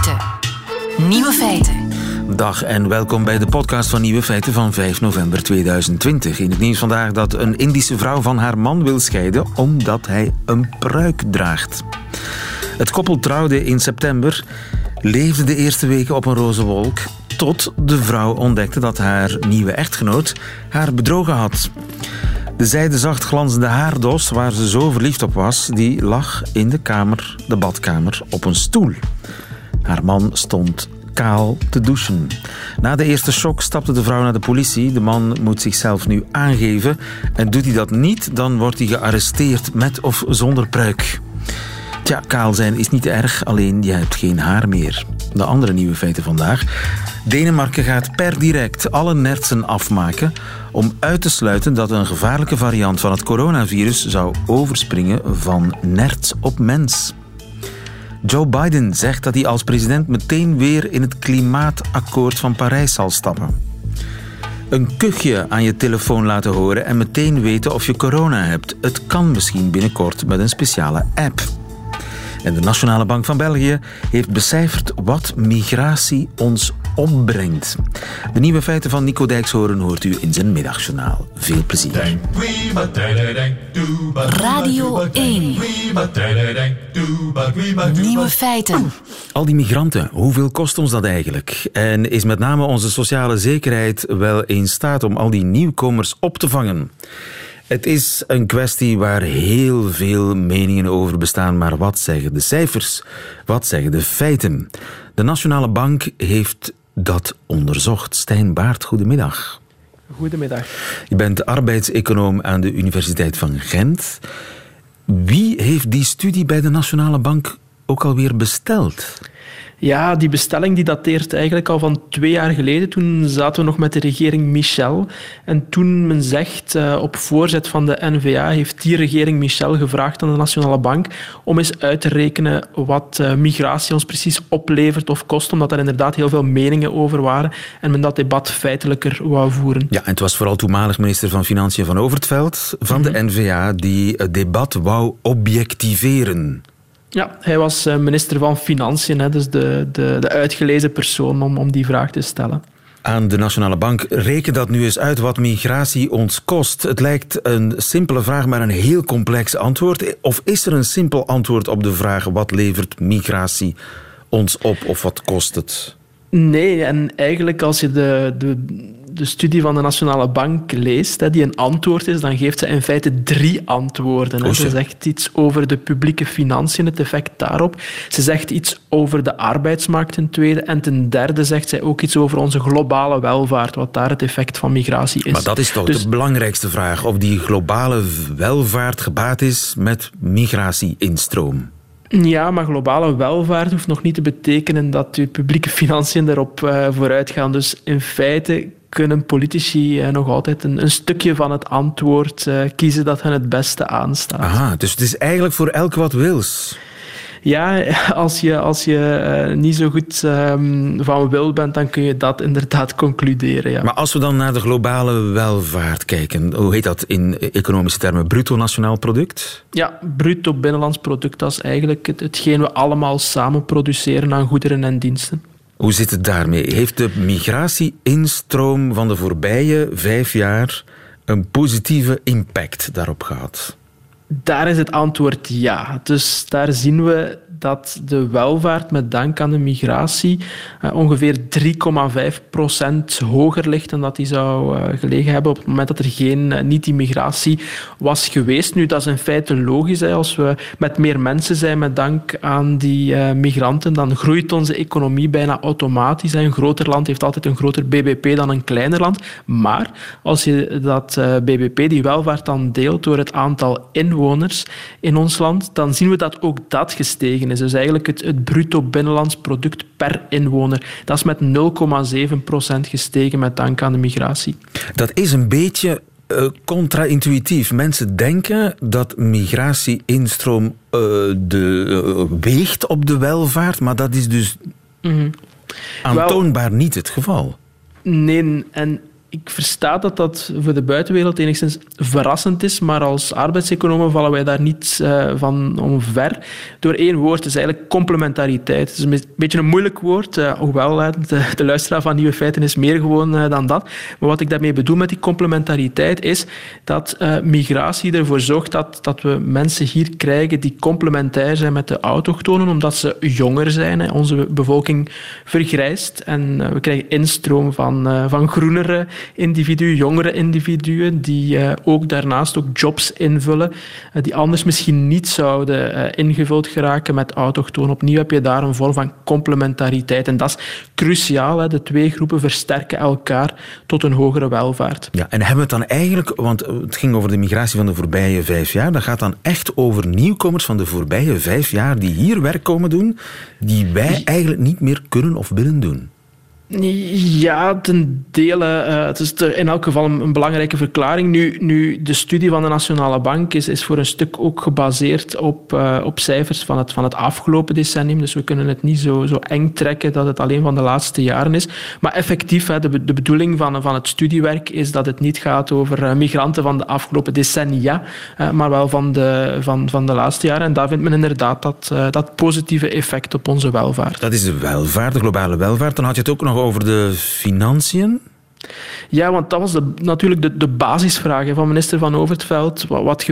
Feiten. Nieuwe feiten. Dag en welkom bij de podcast van Nieuwe Feiten van 5 november 2020. In het nieuws vandaag dat een Indische vrouw van haar man wil scheiden omdat hij een pruik draagt. Het koppel trouwde in september, leefde de eerste weken op een roze wolk, tot de vrouw ontdekte dat haar nieuwe echtgenoot haar bedrogen had. De zijde zacht glanzende haardos waar ze zo verliefd op was, die lag in de badkamer, op een stoel. Haar man stond kaal te douchen. Na de eerste shock stapte de vrouw naar de politie. De man moet zichzelf nu aangeven. En doet hij dat niet, dan wordt hij gearresteerd met of zonder pruik. Tja, kaal zijn is niet erg, alleen je hebt geen haar meer. De andere nieuwe feiten vandaag. Denemarken gaat per direct alle nertsen afmaken om uit te sluiten dat een gevaarlijke variant van het coronavirus zou overspringen van nerts op mens. Joe Biden zegt dat hij als president meteen weer in het klimaatakkoord van Parijs zal stappen. Een kuchje aan je telefoon laten horen en meteen weten of je corona hebt. Het kan misschien binnenkort met een speciale app. En de Nationale Bank van België heeft becijferd wat migratie ons opbrengt. De nieuwe feiten van Nico Dijkshoorn hoort u in zijn middagjournaal. Veel plezier. Radio 1. Nieuwe feiten. Al die migranten, hoeveel kost ons dat eigenlijk? En is met name onze sociale zekerheid wel in staat om al die nieuwkomers op te vangen? Het is een kwestie waar heel veel meningen over bestaan, maar wat zeggen de cijfers? Wat zeggen de feiten? De Nationale Bank heeft dat onderzocht. Stijn Baert, goedemiddag. Goedemiddag. Je bent arbeidseconoom aan de Universiteit van Gent. Wie heeft die studie bij de Nationale Bank ook alweer besteld? Ja, die bestelling die dateert eigenlijk al van 2 jaar geleden. Toen zaten we nog met de regering Michel. En toen men zegt, op voorzet van de N-VA, heeft die regering Michel gevraagd aan de Nationale Bank om eens uit te rekenen wat migratie ons precies oplevert of kost, omdat er inderdaad heel veel meningen over waren en men dat debat feitelijker wou voeren. Ja, en het was vooral toenmalig minister van Financiën Van Overtveld van de N-VA die het debat wou objectiveren. Ja, hij was minister van Financiën, dus de uitgelezen persoon om die vraag te stellen. Aan de Nationale Bank, reken dat nu eens uit wat migratie ons kost. Het lijkt een simpele vraag, maar een heel complex antwoord. Of is er een simpel antwoord op de vraag wat levert migratie ons op of wat kost het? Nee, en eigenlijk als je de studie van de Nationale Bank leest, die een antwoord is, dan geeft ze in feite 3 antwoorden. Ze zegt iets over de publieke financiën, het effect daarop. Ze zegt iets over de arbeidsmarkt ten tweede. En ten derde zegt zij ook iets over onze globale welvaart, wat daar het effect van migratie is. Maar dat is toch de belangrijkste vraag, of die globale welvaart gebaat is met migratie-instroom? Ja, maar globale welvaart hoeft nog niet te betekenen dat de publieke financiën daarop vooruit gaan. Dus in feite kunnen politici nog altijd een stukje van het antwoord kiezen dat hen het beste aanstaat. Aha, dus het is eigenlijk voor elk wat wils. Ja, als je niet zo goed van wil bent, dan kun je dat inderdaad concluderen. Ja. Maar als we dan naar de globale welvaart kijken, hoe heet dat in economische termen? Bruto nationaal product? Ja, bruto binnenlands product, dat is eigenlijk hetgeen we allemaal samen produceren aan goederen en diensten. Hoe zit het daarmee? Heeft de migratie-instroom van de voorbije 5 jaar een positieve impact daarop gehad? Daar is het antwoord ja. Dus daar zien we dat de welvaart met dank aan de migratie ongeveer 3,5% hoger ligt dan dat die zou gelegen hebben op het moment dat er niet die migratie was geweest. Nu, dat is in feite logisch. Als we met meer mensen zijn met dank aan die migranten, dan groeit onze economie bijna automatisch. Een groter land heeft altijd een groter bbp dan een kleiner land. Maar als je dat bbp, die welvaart, dan deelt door het aantal inwoners in ons land, dan zien we dat ook dat gestegen is. Dus eigenlijk het bruto binnenlands product per inwoner. Dat is met 0,7% gestegen met dank aan de migratie. Dat is een beetje contra-intuïtief. Mensen denken dat migratie-instroom weegt op de welvaart, maar dat is dus aantoonbaar niet het geval. Nee, en Ik versta dat voor de buitenwereld enigszins verrassend is, maar als arbeidseconomen vallen wij daar niet van omver. Door één woord, is eigenlijk complementariteit. Het is een beetje een moeilijk woord, hoewel de luisteraar van Nieuwe Feiten is meer gewoon dan dat. Maar wat ik daarmee bedoel met die complementariteit is dat migratie ervoor zorgt dat we mensen hier krijgen die complementair zijn met de autochtonen, omdat ze jonger zijn. Onze bevolking vergrijst en we krijgen instroom van groenere individuen, jongere individuen, die ook daarnaast ook jobs invullen, die anders misschien niet zouden ingevuld geraken met autochtonen. Opnieuw heb je daar een vorm van complementariteit. En dat is cruciaal. Hè. De twee groepen versterken elkaar tot een hogere welvaart. Ja, en hebben we het dan eigenlijk, want het ging over de migratie van de voorbije 5 jaar, dat gaat dan echt over nieuwkomers van de voorbije 5 jaar die hier werk komen doen, die wij eigenlijk niet meer kunnen of willen doen. Ja, ten dele. Het is in elk geval een belangrijke verklaring. Nu, de studie van de Nationale Bank is voor een stuk ook gebaseerd op cijfers van het afgelopen decennium. Dus we kunnen het niet zo eng trekken dat het alleen van de laatste jaren is. Maar effectief, de bedoeling van het studiewerk is dat het niet gaat over migranten van de afgelopen decennia, maar wel van de laatste jaren. En daar vindt men inderdaad dat positieve effect op onze welvaart. Dat is de welvaart, de globale welvaart. Dan had je het ook nog over de financiën. Ja, want dat was natuurlijk de basisvraag van minister Van Overtveld.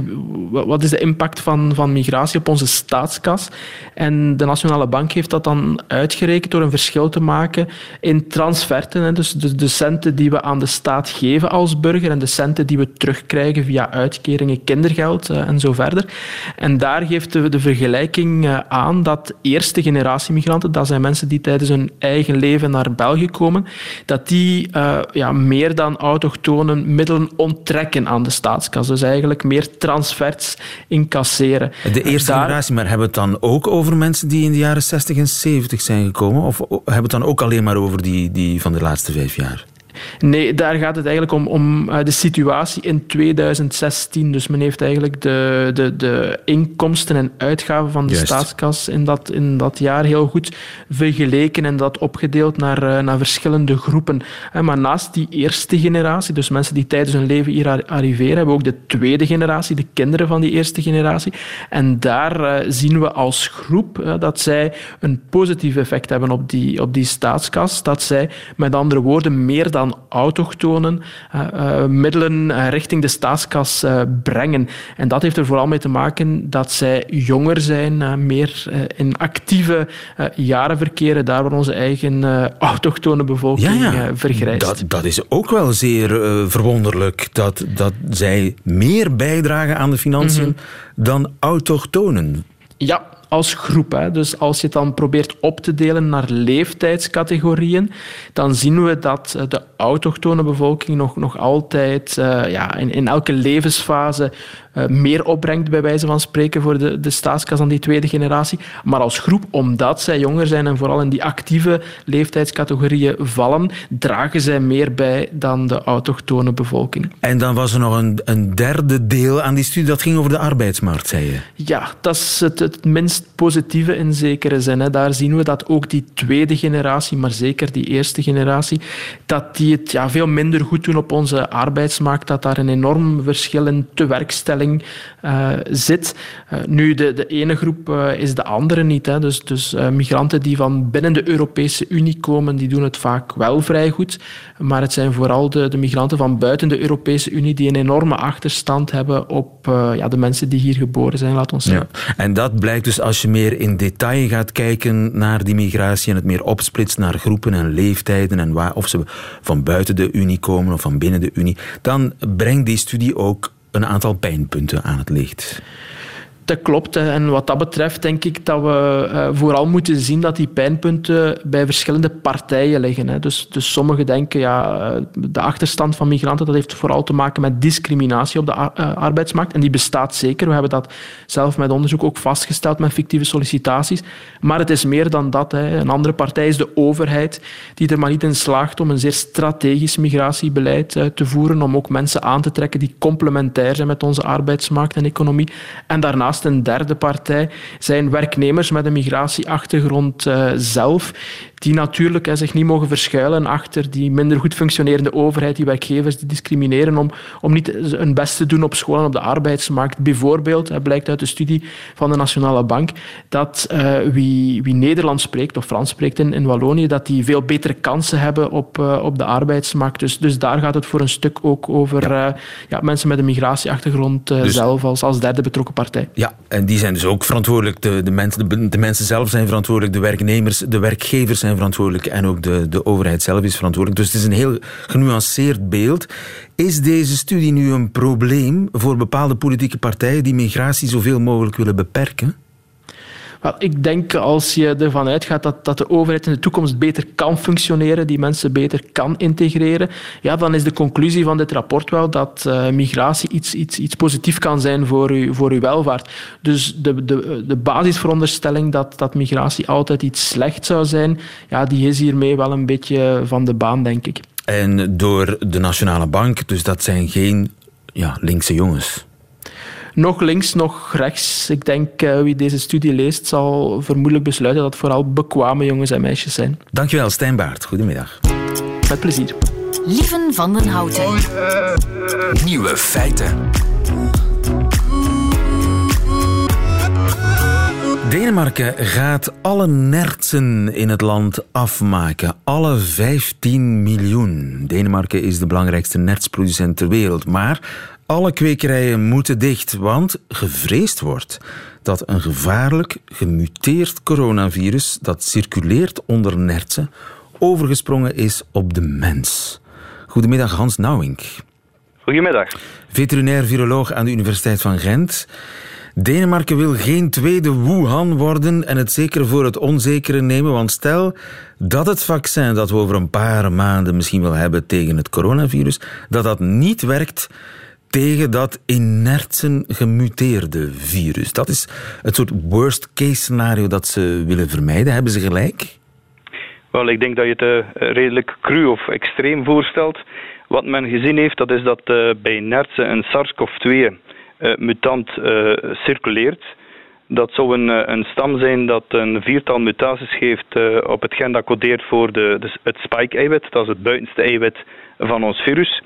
Wat is de impact van migratie op onze staatskas? En de Nationale Bank heeft dat dan uitgerekend door een verschil te maken in transferten. Dus de centen die we aan de staat geven als burger en de centen die we terugkrijgen via uitkeringen, kindergeld en zo verder. En daar geeft de vergelijking aan dat eerste generatie migranten, dat zijn mensen die tijdens hun eigen leven naar België komen, dat die meer dan autochtonen middelen onttrekken aan de staatskas. Dus eigenlijk meer transfers incasseren. De eerste generatie, maar hebben we het dan ook over mensen die in de jaren 60 en 70 zijn gekomen? Of hebben we het dan ook alleen maar over die van de laatste 5 jaar? Nee, daar gaat het eigenlijk om de situatie in 2016. Dus men heeft eigenlijk de inkomsten en uitgaven van de staatskas in dat jaar heel goed vergeleken en dat opgedeeld naar verschillende groepen. Maar naast die eerste generatie, dus mensen die tijdens hun leven hier arriveren, hebben we ook de tweede generatie, de kinderen van die eerste generatie. En daar zien we als groep dat zij een positief effect hebben op die staatskas. Dat zij, met andere woorden, meer dan autochtonen middelen richting de staatskas brengen. En dat heeft er vooral mee te maken dat zij jonger zijn, meer in actieve jaren verkeren, daar waar onze eigen autochtone bevolking vergrijst. Dat is ook wel zeer verwonderlijk, dat zij meer bijdragen aan de financiën dan autochtonen. Ja, als groep. Hè. Dus als je het dan probeert op te delen naar leeftijdscategorieën, dan zien we dat de autochtone bevolking nog altijd in elke levensfase meer opbrengt, bij wijze van spreken, voor de staatskas dan die tweede generatie. Maar als groep, omdat zij jonger zijn en vooral in die actieve leeftijdscategorieën vallen, dragen zij meer bij dan de autochtone bevolking. En dan was er nog een derde deel aan die studie, dat ging over de arbeidsmarkt, zei je? Ja, dat is het minst positieve in zekere zin. Hè. Daar zien we dat ook die tweede generatie, maar zeker die eerste generatie, dat die het veel minder goed doen op onze arbeidsmarkt, dat daar een enorm verschil in tewerkstelling zit. Nu, de ene groep is de andere niet. Hè. Dus migranten die van binnen de Europese Unie komen, die doen het vaak wel vrij goed. Maar het zijn vooral de migranten van buiten de Europese Unie die een enorme achterstand hebben op de mensen die hier geboren zijn, laat ons zeggen. Ja. En dat blijkt dus als je meer in detail gaat kijken naar die migratie en het meer opsplitst naar groepen en leeftijden en of ze van buiten de Unie komen of van binnen de Unie, dan brengt die studie ook een aantal pijnpunten aan het licht. Dat klopt. En wat dat betreft denk ik dat we vooral moeten zien dat die pijnpunten bij verschillende partijen liggen. Dus sommigen denken, de achterstand van migranten, dat heeft vooral te maken met discriminatie op de arbeidsmarkt. En die bestaat zeker. We hebben dat zelf met onderzoek ook vastgesteld met fictieve sollicitaties. Maar het is meer dan dat. Een andere partij is de overheid, die er maar niet in slaagt om een zeer strategisch migratiebeleid te voeren, om ook mensen aan te trekken die complementair zijn met onze arbeidsmarkt en economie. En daarnaast naast een derde partij zijn werknemers met een migratieachtergrond zelf, die natuurlijk zich niet mogen verschuilen achter die minder goed functionerende overheid, die werkgevers die discrimineren om niet hun best te doen op school en op de arbeidsmarkt. Bijvoorbeeld, blijkt uit de studie van de Nationale Bank, dat wie Nederlands spreekt of Frans spreekt in Wallonië, dat die veel betere kansen hebben op de arbeidsmarkt. Dus daar gaat het voor een stuk ook over mensen met een migratieachtergrond zelf als derde betrokken partij. Ja, en die zijn dus ook verantwoordelijk. De mensen zelf zijn verantwoordelijk, de werknemers, de werkgevers zijn verantwoordelijk en ook de overheid zelf is verantwoordelijk. Dus het is een heel genuanceerd beeld. Is deze studie nu een probleem voor bepaalde politieke partijen die migratie zoveel mogelijk willen beperken? Wel, ik denk als je ervan uitgaat dat de overheid in de toekomst beter kan functioneren, die mensen beter kan integreren, dan is de conclusie van dit rapport wel dat migratie iets positiefs kan zijn voor uw welvaart. Dus de basisveronderstelling dat migratie altijd iets slecht zou zijn, die is hiermee wel een beetje van de baan, denk ik. En door de Nationale Bank, dus dat zijn geen linkse jongens. Nog links, nog rechts. Ik denk wie deze studie leest zal vermoedelijk besluiten dat het vooral bekwame jongens en meisjes zijn. Dankjewel, Stijn Baert. Goedemiddag. Met plezier. Lieven van den Houten. Nieuwe feiten. Denemarken gaat alle nertsen in het land afmaken. Alle 15 miljoen. Denemarken is de belangrijkste nertsproducent ter wereld. Maar alle kwekerijen moeten dicht, want gevreesd wordt dat een gevaarlijk gemuteerd coronavirus dat circuleert onder nertsen overgesprongen is op de mens. Goedemiddag, Hans Nauwink. Goedemiddag. Veterinair viroloog aan de Universiteit van Gent. Denemarken wil geen tweede Wuhan worden en het zekere voor het onzekere nemen, want stel dat het vaccin dat we over een paar maanden misschien wel hebben tegen het coronavirus, dat niet werkt tegen dat in nertsen gemuteerde virus. Dat is het soort worst case scenario dat ze willen vermijden. Hebben ze gelijk? Wel, ik denk dat je het redelijk cru of extreem voorstelt. Wat men gezien heeft, dat is dat bij nertsen een SARS-CoV-2 mutant circuleert. Dat zou een stam zijn dat een 4-tal mutaties geeft op het gen dat codeert voor het spike-eiwit. Dat is het buitenste eiwit van ons virus.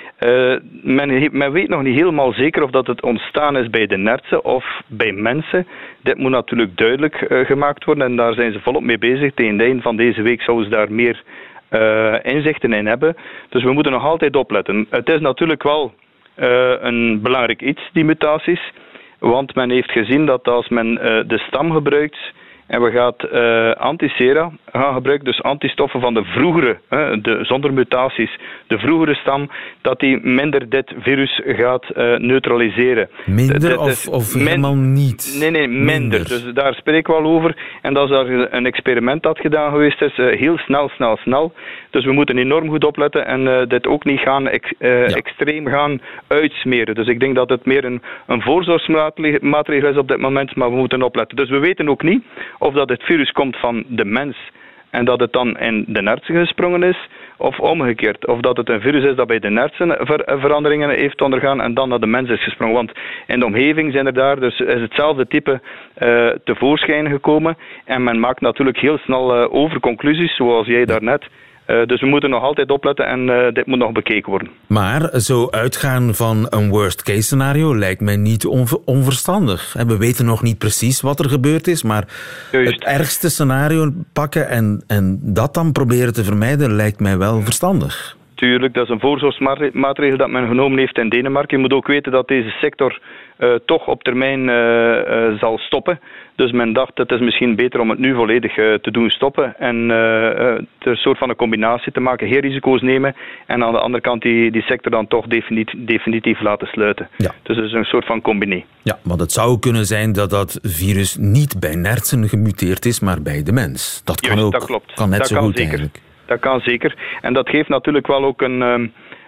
Men weet nog niet helemaal zeker of dat het ontstaan is bij de nertsen of bij mensen. Dit moet natuurlijk duidelijk gemaakt worden en daar zijn ze volop mee bezig. Tegen het einde van deze week zouden ze daar meer inzichten in hebben. Dus we moeten nog altijd opletten. Het is natuurlijk wel een belangrijk iets, die mutaties. Want men heeft gezien dat als men de stam gebruikt en we gaan antisera gaan gebruiken, dus antistoffen van de vroegere, zonder mutaties, de vroegere stam, dat die minder dit virus gaat neutraliseren. Minder of helemaal niet? Nee, minder. Dus daar spreek ik wel over. En dat is daar een experiment dat gedaan geweest is, heel snel. Dus we moeten enorm goed opletten en dit ook niet gaan extreem gaan uitsmeren. Dus ik denk dat het meer een voorzorgsmaatregel is op dit moment, maar we moeten opletten. Dus we weten ook niet of dat het virus komt van de mens en dat het dan in de nertsen gesprongen is, of omgekeerd. Of dat het een virus is dat bij de nertsen veranderingen heeft ondergaan en dan naar de mens is gesprongen. Want in de omgeving zijn er daar, dus is hetzelfde type tevoorschijn gekomen. En men maakt natuurlijk heel snel overconclusies, zoals jij daarnet. Dus we moeten nog altijd opletten en dit moet nog bekeken worden. Maar zo uitgaan van een worst case scenario lijkt mij niet onverstandig. We weten nog niet precies wat er gebeurd is, maar juist het ergste scenario pakken en dat dan proberen te vermijden lijkt mij wel verstandig. Tuurlijk, dat is een voorzorgsmaatregel dat men genomen heeft in Denemarken. Je moet ook weten dat deze sector toch op termijn zal stoppen. Dus men dacht, het is misschien beter om het nu volledig te doen stoppen en er een soort van een combinatie te maken, geen risico's nemen en aan de andere kant die sector dan toch definitief laten sluiten. Ja. Dus het is een soort van combiné. Ja, want het zou kunnen zijn dat dat virus niet bij nertsen gemuteerd is, maar bij de mens. Dat kan ook. Dat klopt. Kan net dat zo kan goed zeker. eigenlijk. Dat kan zeker. En dat geeft natuurlijk wel ook een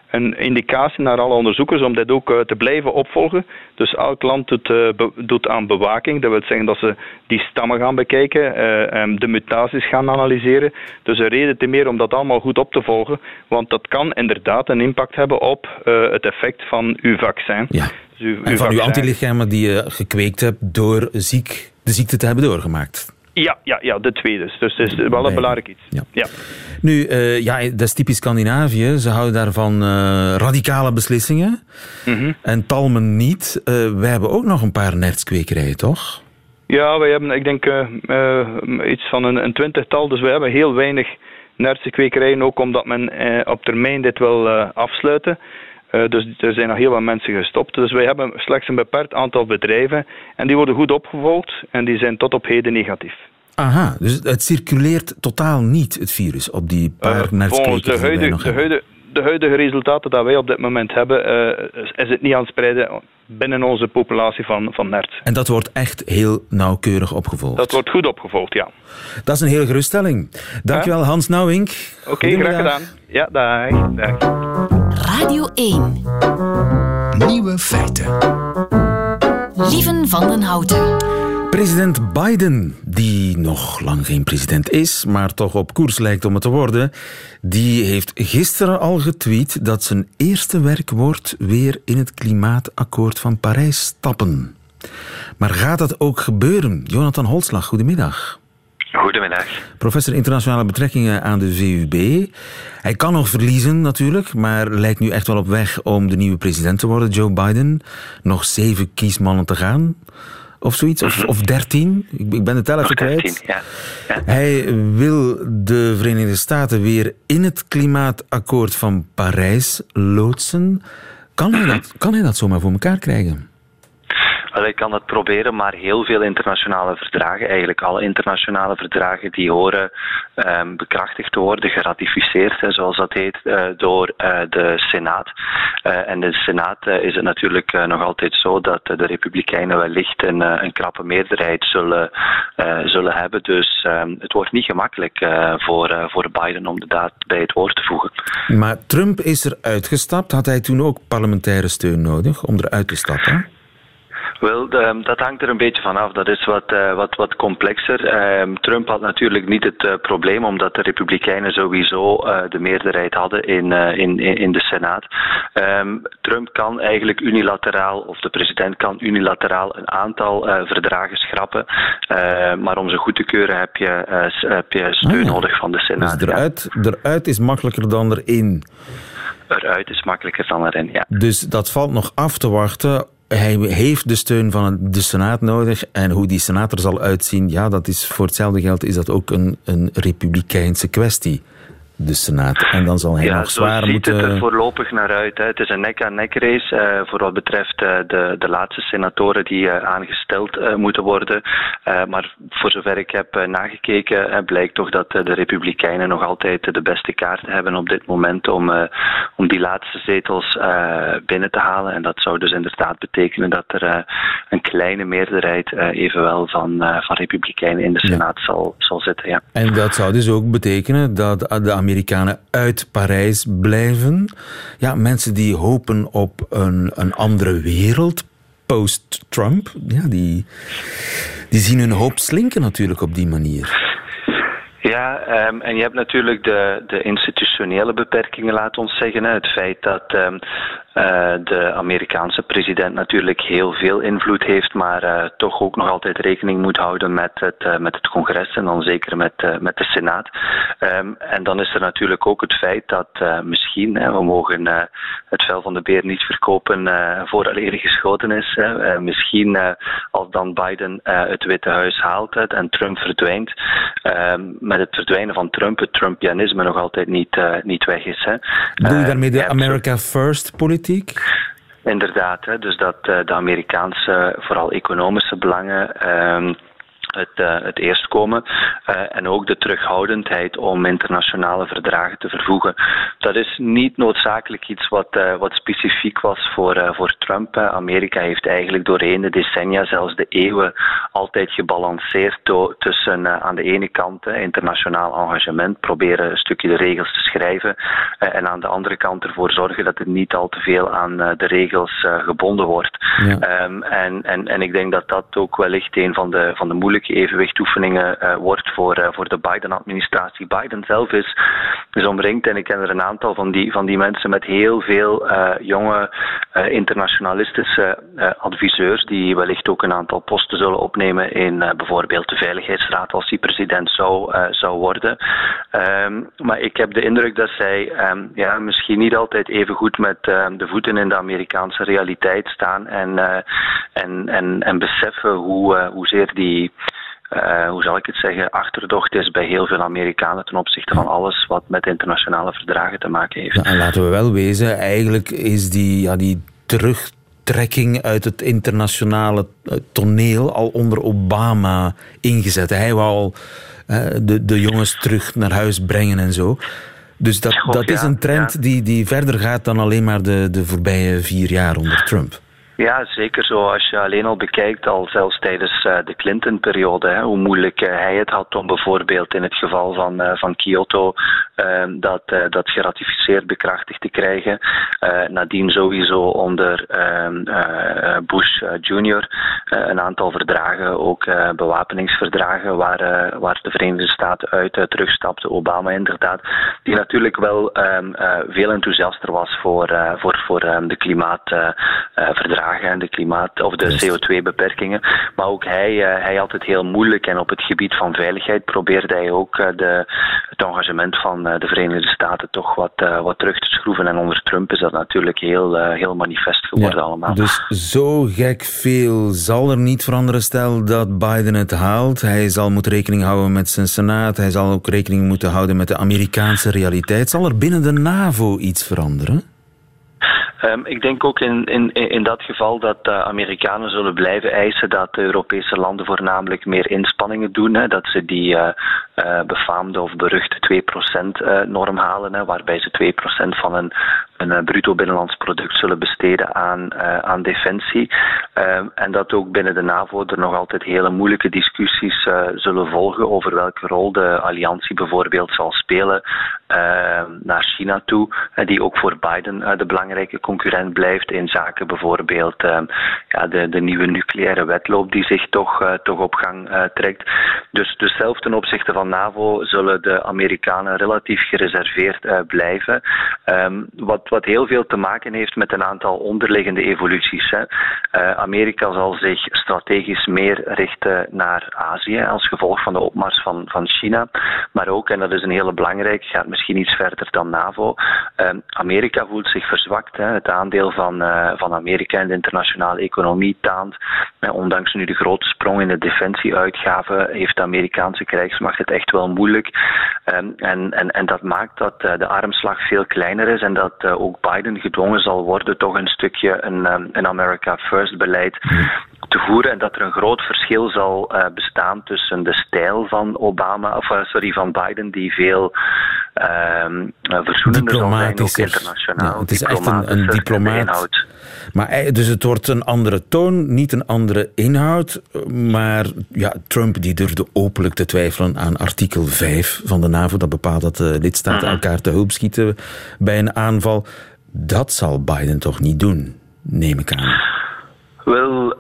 een indicatie naar alle onderzoekers om dit ook te blijven opvolgen. Dus elk land doet aan bewaking. Dat wil zeggen dat ze die stammen gaan bekijken, de mutaties gaan analyseren. Dus een reden te meer om dat allemaal goed op te volgen. Want dat kan inderdaad een impact hebben op het effect van uw vaccin. Ja. Dus en van uw antilichamen die je gekweekt hebt door de ziekte te hebben doorgemaakt. Ja, de tweede. Dus het is wel een belangrijk iets. Ja. Nu, dat is typisch Scandinavië. Ze houden daarvan radicale beslissingen. Mm-hmm. En talmen niet. Wij hebben ook nog een paar nertskwekerijen, toch? Ja, wij hebben, ik denk, iets van een 20-tal. Dus we hebben heel weinig nertsenkwekerijen, ook omdat men op termijn dit wil afsluiten. Dus er zijn nog heel wat mensen gestopt. Dus wij hebben slechts een beperkt aantal bedrijven. En die worden goed opgevolgd. En die zijn tot op heden negatief. Aha, dus het circuleert totaal niet, het virus, op die paar nertskwekers die wij nog hebben. De huidige resultaten die wij op dit moment hebben, is het niet aan het spreiden binnen onze populatie van nerts. En dat wordt echt heel nauwkeurig opgevolgd? Dat wordt goed opgevolgd, ja. Dat is een hele geruststelling. Dankjewel, Hans Nouwink. Oké, graag gedaan. Ja, dag. Radio 1. Nieuwe feiten. Lieven van den Houten. President Biden, die nog lang geen president is, maar toch op koers lijkt om het te worden, die heeft gisteren al getweet dat zijn eerste werkwoord weer in het klimaatakkoord van Parijs stappen. Maar gaat dat ook gebeuren? Jonathan Holslag, goedemiddag. Goedemiddag. Professor internationale betrekkingen aan de VUB. Hij kan nog verliezen natuurlijk, maar lijkt nu echt wel op weg om de nieuwe president te worden, Joe Biden. Nog 7 kiesmannen te gaan. Of zoiets, of 13. Ik ben de tel even kwijt. Ja. Hij wil de Verenigde Staten weer in het klimaatakkoord van Parijs loodsen. Kan hij dat zomaar voor elkaar krijgen? Wel, ik kan het proberen, maar heel veel internationale verdragen, eigenlijk alle internationale verdragen, die horen bekrachtigd te worden, geratificeerd, zoals dat heet, door de Senaat. En de Senaat is het natuurlijk nog altijd zo dat de Republikeinen wellicht een krappe meerderheid zullen hebben. Dus het wordt niet gemakkelijk voor Biden om de daad bij het woord te voegen. Maar Trump is er uitgestapt. Had hij toen ook parlementaire steun nodig om eruit te stappen? Wel, dat hangt er een beetje van af. Dat is wat complexer. Trump had natuurlijk niet het probleem, omdat de Republikeinen sowieso de meerderheid hadden in de Senaat. Trump kan eigenlijk unilateraal, of de president kan unilateraal een aantal verdragen schrappen. Maar om ze goed te keuren heb je steun nodig van de Senaat. Dus eruit is makkelijker dan erin? Eruit is makkelijker dan erin, ja. Dus dat valt nog af te wachten. Hij heeft de steun van de Senaat nodig. En hoe die Senaat er zal uitzien, ja, dat is voor hetzelfde geld is dat ook een republikeinse kwestie. De Senaat. En dan zal hij nog zwaar moeten... Ja, zo ziet het er voorlopig naar uit. Hè. Het is een nek-aan-nek race voor wat betreft de laatste senatoren die aangesteld moeten worden. Maar voor zover ik heb nagekeken, blijkt toch dat de Republikeinen nog altijd de beste kaarten hebben op dit moment om die laatste zetels binnen te halen. En dat zou dus inderdaad betekenen dat er een kleine meerderheid evenwel van Republikeinen in de Senaat zal zitten. Ja. En dat zou dus ook betekenen dat de Amerikanen uit Parijs blijven. Ja, mensen die hopen op een andere wereld post-Trump, ja, die zien hun hoop slinken natuurlijk op die manier. Ja, en je hebt natuurlijk de institutionele beperkingen, laat ons zeggen. Het feit dat de Amerikaanse president natuurlijk heel veel invloed heeft, maar toch ook nog altijd rekening moet houden met het congres en dan zeker met de Senaat. En dan is er natuurlijk ook het feit dat misschien, we mogen het vel van de beer niet verkopen vooraleer geschoten is. Misschien als dan Biden het Witte Huis haalt en Trump verdwijnt, met het verdwijnen van Trump, het Trumpianisme nog altijd niet weg is. Bedoel je daarmee de America First politiek? Inderdaad, dus dat de Amerikaanse, vooral economische belangen het eerst komen. En ook de terughoudendheid om internationale verdragen te vervoegen. Dat is niet noodzakelijk iets wat specifiek was voor Trump. Amerika heeft eigenlijk doorheen de decennia, zelfs de eeuwen, altijd gebalanceerd tussen aan de ene kant internationaal engagement, proberen een stukje de regels te schrijven, en aan de andere kant ervoor zorgen dat het niet al te veel aan de regels gebonden wordt. Ja. En ik denk dat dat ook wellicht een van de moeilijke evenwichtoefeningen wordt voor de Biden-administratie. Biden zelf is omringd, en ik ken er een aantal van die mensen met heel veel jonge internationalistische adviseurs die wellicht ook een aantal posten zullen opnemen in bijvoorbeeld de Veiligheidsraad als hij president zou worden. Maar ik heb de indruk dat zij misschien niet altijd even goed met de voeten in de Amerikaanse realiteit staan en beseffen hoezeer die hoe zal ik het zeggen, achterdocht is bij heel veel Amerikanen ten opzichte van alles wat met internationale verdragen te maken heeft. Ja, en laten we wel wezen, eigenlijk is die terugtrekking uit het internationale toneel al onder Obama ingezet. Hij wou al de jongens terug naar huis brengen en zo. Dus dat is een trend die verder gaat dan alleen maar de voorbije 4 jaar onder Trump. Ja, zeker zo. Als je alleen al bekijkt, al zelfs tijdens de Clinton-periode, hoe moeilijk hij het had om bijvoorbeeld in het geval van Kyoto dat geratificeerd, bekrachtigd te krijgen. Nadien sowieso onder Bush Jr. Een aantal verdragen, ook bewapeningsverdragen, waar de Verenigde Staten uit terugstapte. Obama inderdaad, die natuurlijk wel veel enthousiaster was voor de klimaatverdragen. En de of de CO2-beperkingen. Maar ook hij had het heel moeilijk en op het gebied van veiligheid probeerde hij ook het engagement van de Verenigde Staten toch wat terug te schroeven. En onder Trump is dat natuurlijk heel manifest geworden allemaal. Dus zo gek veel zal er niet veranderen, stel dat Biden het haalt. Hij zal moeten rekening houden met zijn Senaat. Hij zal ook rekening moeten houden met de Amerikaanse realiteit. Zal er binnen de NAVO iets veranderen? Ik denk ook in dat geval dat de Amerikanen zullen blijven eisen dat de Europese landen voornamelijk meer inspanningen doen. Dat ze die befaamde of beruchte 2% norm halen, waarbij ze 2% van een bruto binnenlands product zullen besteden aan defensie. En dat ook binnen de NAVO er nog altijd hele moeilijke discussies zullen volgen over welke rol de alliantie bijvoorbeeld zal spelen naar China toe, die ook voor Biden de belangrijke concurrent blijft in zaken bijvoorbeeld de nieuwe nucleaire wedloop die zich toch op gang trekt. Dus zelf ten opzichte van NAVO zullen de Amerikanen relatief gereserveerd blijven. Wat heel veel te maken heeft met een aantal onderliggende evoluties. Amerika zal zich strategisch meer richten naar Azië als gevolg van de opmars van China. Maar ook, en dat is een hele belangrijke, gaat misschien iets verder dan NAVO. Amerika voelt zich verzwakt. Het aandeel van Amerika in de internationale economie taant. Ondanks nu de grote sprong in de defensieuitgaven heeft de Amerikaanse krijgsmacht het echt wel moeilijk. En dat maakt dat de armslag veel kleiner is en dat ook Biden gedwongen zal worden toch een stukje een America First beleid te voeren en dat er een groot verschil zal bestaan tussen de stijl van van Biden, die veel verzoenender zal zijn, ook internationaal. Ja, het is echt een diplomaat. Maar dus het wordt een andere toon, niet een andere inhoud. Maar Trump die durfde openlijk te twijfelen aan artikel 5 van de NAVO. Dat bepaalt dat de lidstaten elkaar te hulp schieten bij een aanval. Dat zal Biden toch niet doen, neem ik aan. Wel,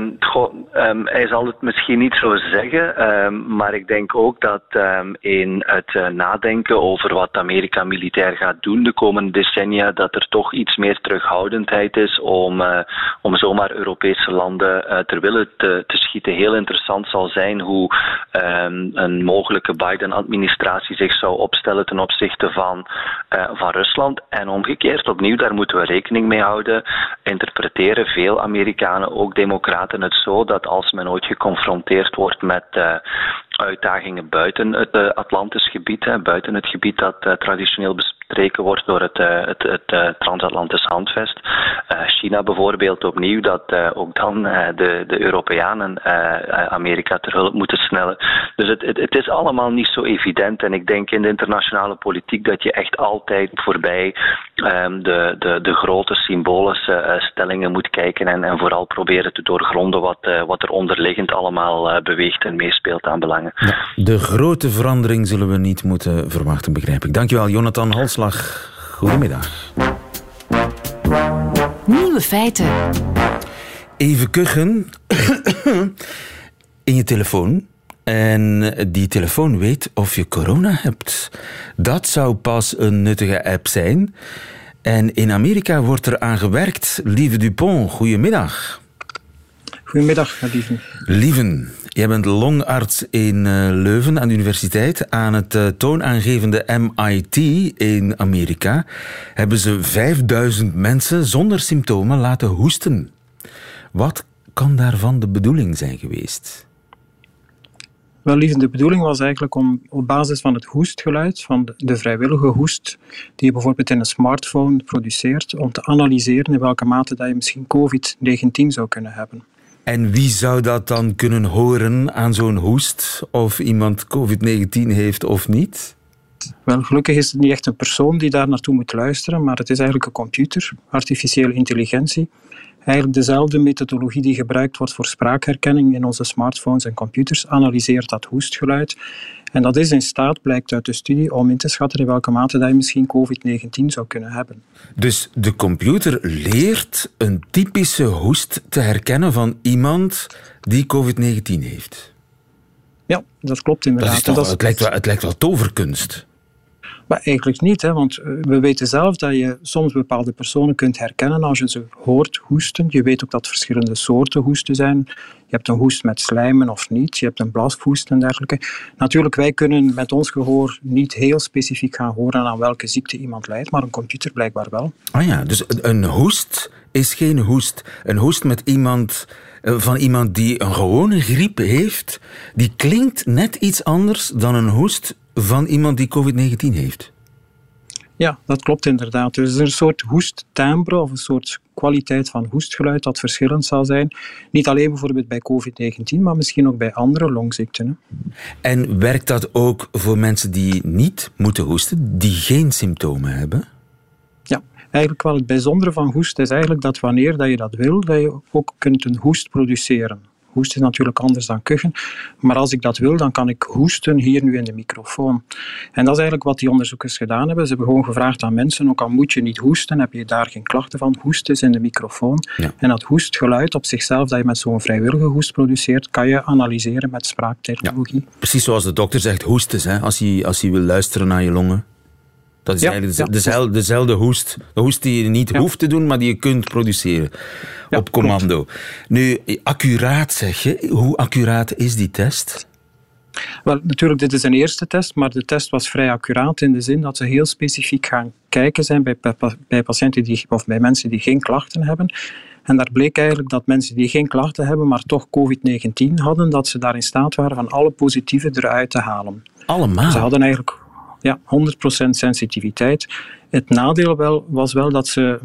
hij zal het misschien niet zo zeggen, maar ik denk ook dat in het nadenken over wat Amerika militair gaat doen de komende decennia, dat er toch iets meer terughoudendheid is om zomaar Europese landen ter wille te schieten. Heel interessant zal zijn hoe een mogelijke Biden-administratie zich zou opstellen ten opzichte van Rusland. En omgekeerd, opnieuw, daar moeten we rekening mee houden. Interpreteren veel Amerikanen, ook democraten, het zo dat als men ooit geconfronteerd wordt met uitdagingen buiten het Atlantisch gebied, buiten het gebied dat traditioneel gestreken wordt door het transatlantisch handvest. China bijvoorbeeld opnieuw, dat ook dan de Europeanen Amerika ter hulp moeten snellen. Dus het is allemaal niet zo evident. En ik denk in de internationale politiek dat je echt altijd voorbij de grote symbolische stellingen moet kijken en vooral proberen te doorgronden wat er onderliggend allemaal beweegt en meespeelt aan belangen. Ja, de grote verandering zullen we niet moeten verwachten, begrijp ik. Dankjewel, Jonathan Halslag. Goedemiddag. Nieuwe feiten. Even kuchen in je telefoon. En die telefoon weet of je corona hebt. Dat zou pas een nuttige app zijn. En in Amerika wordt er aan gewerkt. Lieve Dupont, goedemiddag. Goedemiddag, Lieven. Lieven, jij bent longarts in Leuven aan de universiteit. Aan het toonaangevende MIT in Amerika hebben ze 5000 mensen zonder symptomen laten hoesten. Wat kan daarvan de bedoeling zijn geweest? Wel, Lieven, de bedoeling was eigenlijk om op basis van het hoestgeluid, van de vrijwillige hoest, die je bijvoorbeeld in een smartphone produceert, om te analyseren in welke mate dat je misschien COVID-19 zou kunnen hebben. En wie zou dat dan kunnen horen aan zo'n hoest? Of iemand COVID-19 heeft of niet? Wel, gelukkig is het niet echt een persoon die daar naartoe moet luisteren, maar het is eigenlijk een computer, artificiële intelligentie. Eigenlijk dezelfde methodologie die gebruikt wordt voor spraakherkenning in onze smartphones en computers, analyseert dat hoestgeluid. En dat is in staat, blijkt uit de studie, om in te schatten in welke mate dat je misschien COVID-19 zou kunnen hebben. Dus de computer leert een typische hoest te herkennen van iemand die COVID-19 heeft? Ja, dat klopt inderdaad. Het lijkt wel toverkunst. Maar eigenlijk niet, hè, want we weten zelf dat je soms bepaalde personen kunt herkennen als je ze hoort hoesten. Je weet ook dat er verschillende soorten hoesten zijn. Je hebt een hoest met slijmen of niet. Je hebt een blaashoest en dergelijke. Natuurlijk, wij kunnen met ons gehoor niet heel specifiek gaan horen aan welke ziekte iemand lijdt, maar een computer blijkbaar wel. Ah ja, dus een hoest is geen hoest. Een hoest met van iemand die een gewone griep heeft, die klinkt net iets anders dan een hoest van iemand die COVID-19 heeft. Ja, dat klopt inderdaad. Dus er is een soort hoesttimbre of een soort kwaliteit van hoestgeluid dat verschillend zal zijn. Niet alleen bijvoorbeeld bij COVID-19, maar misschien ook bij andere longziekten. Hè. En werkt dat ook voor mensen die niet moeten hoesten, die geen symptomen hebben? Ja, eigenlijk wel het bijzondere van hoest is eigenlijk dat wanneer dat je dat wil, dat je ook kunt een hoest produceren. Hoest is natuurlijk anders dan kuchen, maar als ik dat wil, dan kan ik hoesten hier nu in de microfoon. En dat is eigenlijk wat die onderzoekers gedaan hebben. Ze hebben gewoon gevraagd aan mensen, ook al moet je niet hoesten, heb je daar geen klachten van, hoest is in de microfoon. Ja. En dat hoestgeluid op zichzelf, dat je met zo'n vrijwillige hoest produceert, kan je analyseren met spraaktechnologie. Ja, precies zoals de dokter zegt, hoest is, hè, als hij wil luisteren naar je longen. Dat is eigenlijk dezelfde hoest. De hoest die je niet hoeft te doen, maar die je kunt produceren. Op commando. Klopt. Nu, accuraat zeg je. Hoe accuraat is die test? Wel, natuurlijk, dit is een eerste test, maar de test was vrij accuraat in de zin dat ze heel specifiek gaan kijken zijn bij patiënten of bij mensen die geen klachten hebben. En daar bleek eigenlijk dat mensen die geen klachten hebben, maar toch COVID-19 hadden, dat ze daar in staat waren van alle positieve eruit te halen. Allemaal? Ze hadden eigenlijk 100% sensitiviteit. Het nadeel was wel dat ze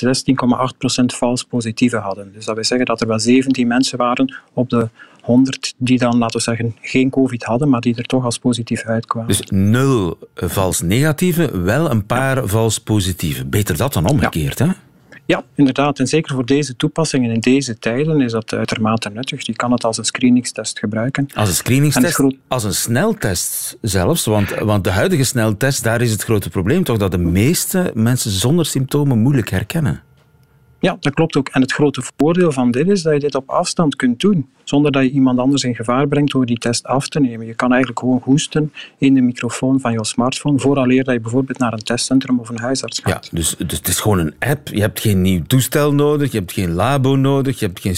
16,8% vals positieve hadden. Dus dat wil zeggen dat er wel 17 mensen waren op de 100 die dan, laten we zeggen, geen COVID hadden, maar die er toch als positief uitkwamen. Dus 0 vals negatieve, wel een paar vals positieve. Beter dat dan omgekeerd, hè? Ja, inderdaad. En zeker voor deze toepassingen in deze tijden is dat uitermate nuttig. Je kan het als een screeningstest gebruiken. Als een screeningstest? Als een sneltest zelfs? Want de huidige sneltest, daar is het grote probleem toch dat de meeste mensen zonder symptomen moeilijk herkennen. Ja, dat klopt ook. En het grote voordeel van dit is dat je dit op afstand kunt doen, zonder dat je iemand anders in gevaar brengt door die test af te nemen. Je kan eigenlijk gewoon hoesten in de microfoon van je smartphone, vooraleer dat je bijvoorbeeld naar een testcentrum of een huisarts gaat. Ja, dus het is gewoon een app. Je hebt geen nieuw toestel nodig, je hebt geen labo nodig, je hebt geen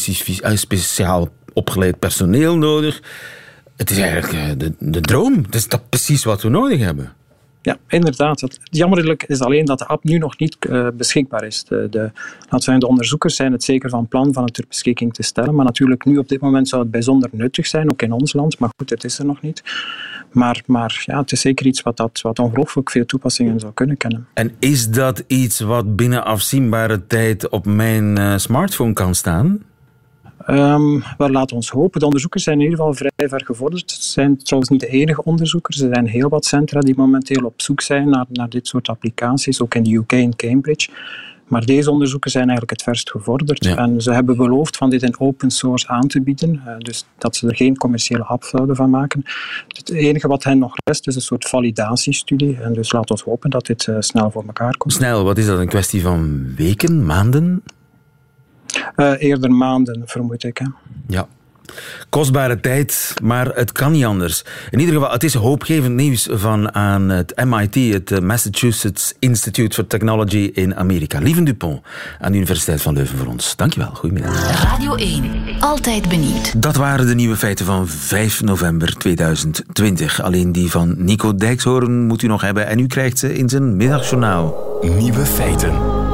speciaal opgeleid personeel nodig. Het is eigenlijk de droom. Het is dat precies wat we nodig hebben. Ja, inderdaad. Jammerlijk is alleen dat de app nu nog niet beschikbaar is. De onderzoekers zijn het zeker van plan van het ter beschikking te stellen. Maar natuurlijk nu op dit moment zou het bijzonder nuttig zijn, ook in ons land. Maar goed, het is er nog niet. Maar ja, het is zeker iets wat ongelooflijk veel toepassingen zou kunnen kennen. En is dat iets wat binnen afzienbare tijd op mijn smartphone kan staan? Wel, laten we ons hopen. De onderzoekers zijn in ieder geval vrij ver gevorderd. Ze zijn trouwens niet de enige onderzoekers. Er zijn heel wat centra die momenteel op zoek zijn naar dit soort applicaties, ook in de UK en Cambridge. Maar deze onderzoeken zijn eigenlijk het verst gevorderd. Ja. En ze hebben beloofd van dit in open source aan te bieden. Dus dat ze er geen commerciële app zouden van maken. Het enige wat hen nog rest is een soort validatiestudie. En dus laten we hopen dat dit snel voor elkaar komt. Snel, wat is dat? Een kwestie van weken, maanden? Eerder maanden, vermoed ik. Hè. Ja. Kostbare tijd, maar het kan niet anders. In ieder geval, het is hoopgevend nieuws van aan het MIT, het Massachusetts Institute for Technology in Amerika. Lieven Dupont aan de Universiteit van Leuven voor ons. Dankjewel, goedemiddag. Radio 1, altijd benieuwd. Dat waren de nieuwe feiten van 5 november 2020. Alleen die van Nico Dijkshoorn moet u nog hebben en u krijgt ze in zijn middagjournaal. Nieuwe feiten.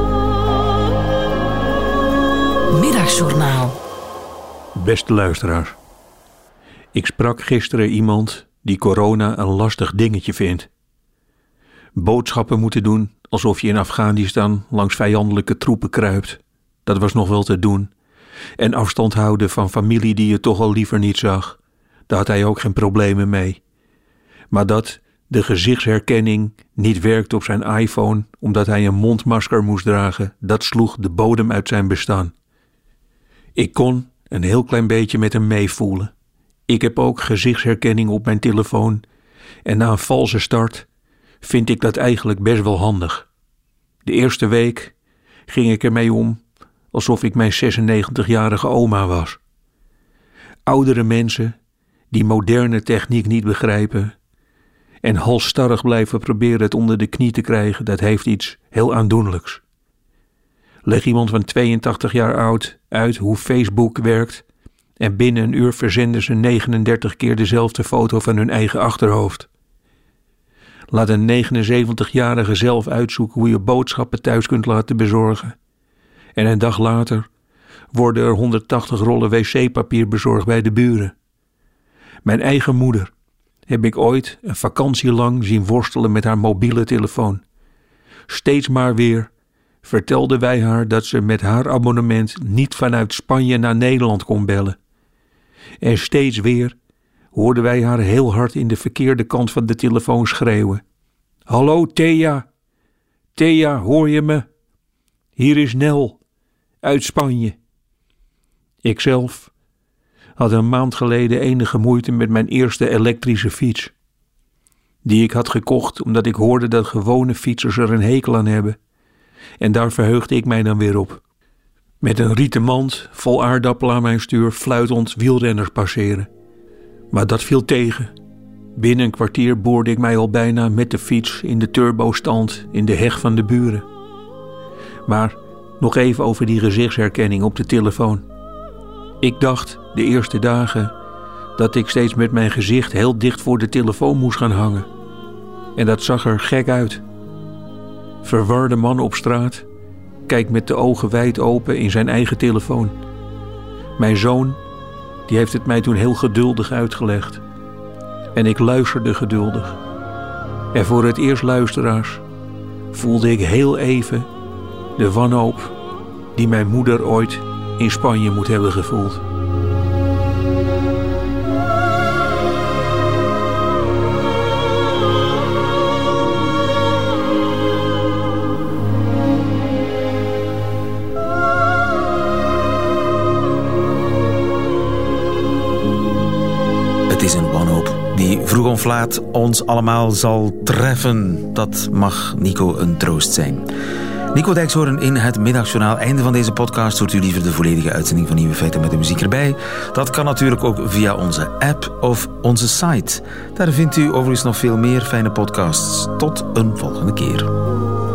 Middagjournaal. Beste luisteraar, ik sprak gisteren iemand die corona een lastig dingetje vindt. Boodschappen moeten doen alsof je in Afghanistan langs vijandelijke troepen kruipt. Dat was nog wel te doen. En afstand houden van familie die je toch al liever niet zag. Daar had hij ook geen problemen mee. Maar dat de gezichtsherkenning niet werkte op zijn iPhone omdat hij een mondmasker moest dragen, dat sloeg de bodem uit zijn bestaan. Ik kon een heel klein beetje met hem meevoelen. Ik heb ook gezichtsherkenning op mijn telefoon en na een valse start vind ik dat eigenlijk best wel handig. De eerste week ging ik ermee om alsof ik mijn 96-jarige oma was. Oudere mensen die moderne techniek niet begrijpen en halsstarrig blijven proberen het onder de knie te krijgen, dat heeft iets heel aandoenlijks. Leg iemand van 82 jaar oud uit hoe Facebook werkt en binnen een uur verzenden ze 39 keer dezelfde foto van hun eigen achterhoofd. Laat een 79-jarige zelf uitzoeken hoe je boodschappen thuis kunt laten bezorgen. En een dag later worden er 180 rollen wc-papier bezorgd bij de buren. Mijn eigen moeder heb ik ooit een vakantie lang zien worstelen met haar mobiele telefoon. Steeds maar weer vertelden wij haar dat ze met haar abonnement niet vanuit Spanje naar Nederland kon bellen. En steeds weer hoorden wij haar heel hard in de verkeerde kant van de telefoon schreeuwen. Hallo Thea, Thea, hoor je me? Hier is Nel, uit Spanje. Ikzelf had een maand geleden enige moeite met mijn eerste elektrische fiets. Die ik had gekocht omdat ik hoorde dat gewone fietsers er een hekel aan hebben. En daar verheugde ik mij dan weer op. Met een rieten mand vol aardappelen aan mijn stuur fluitend wielrenners passeren. Maar dat viel tegen. Binnen een kwartier boorde ik mij al bijna met de fiets in de turbostand in de heg van de buren. Maar nog even over die gezichtsherkenning op de telefoon. Ik dacht de eerste dagen dat ik steeds met mijn gezicht heel dicht voor de telefoon moest gaan hangen. En dat zag er gek uit. Verwarde man op straat kijkt met de ogen wijd open in zijn eigen telefoon. Mijn zoon, die heeft het mij toen heel geduldig uitgelegd. En ik luisterde geduldig. En voor het eerst, luisteraars, voelde ik heel even de wanhoop die mijn moeder ooit in Spanje moet hebben gevoeld. Het is een wanhoop die vroeg of laat ons allemaal zal treffen. Dat mag Nico een troost zijn. Nico Dijkshoorn in het Middagjournaal. Einde van deze podcast. Hoort u liever de volledige uitzending van Nieuwe Feiten met de muziek erbij? Dat kan natuurlijk ook via onze app of onze site. Daar vindt u overigens nog veel meer fijne podcasts. Tot een volgende keer.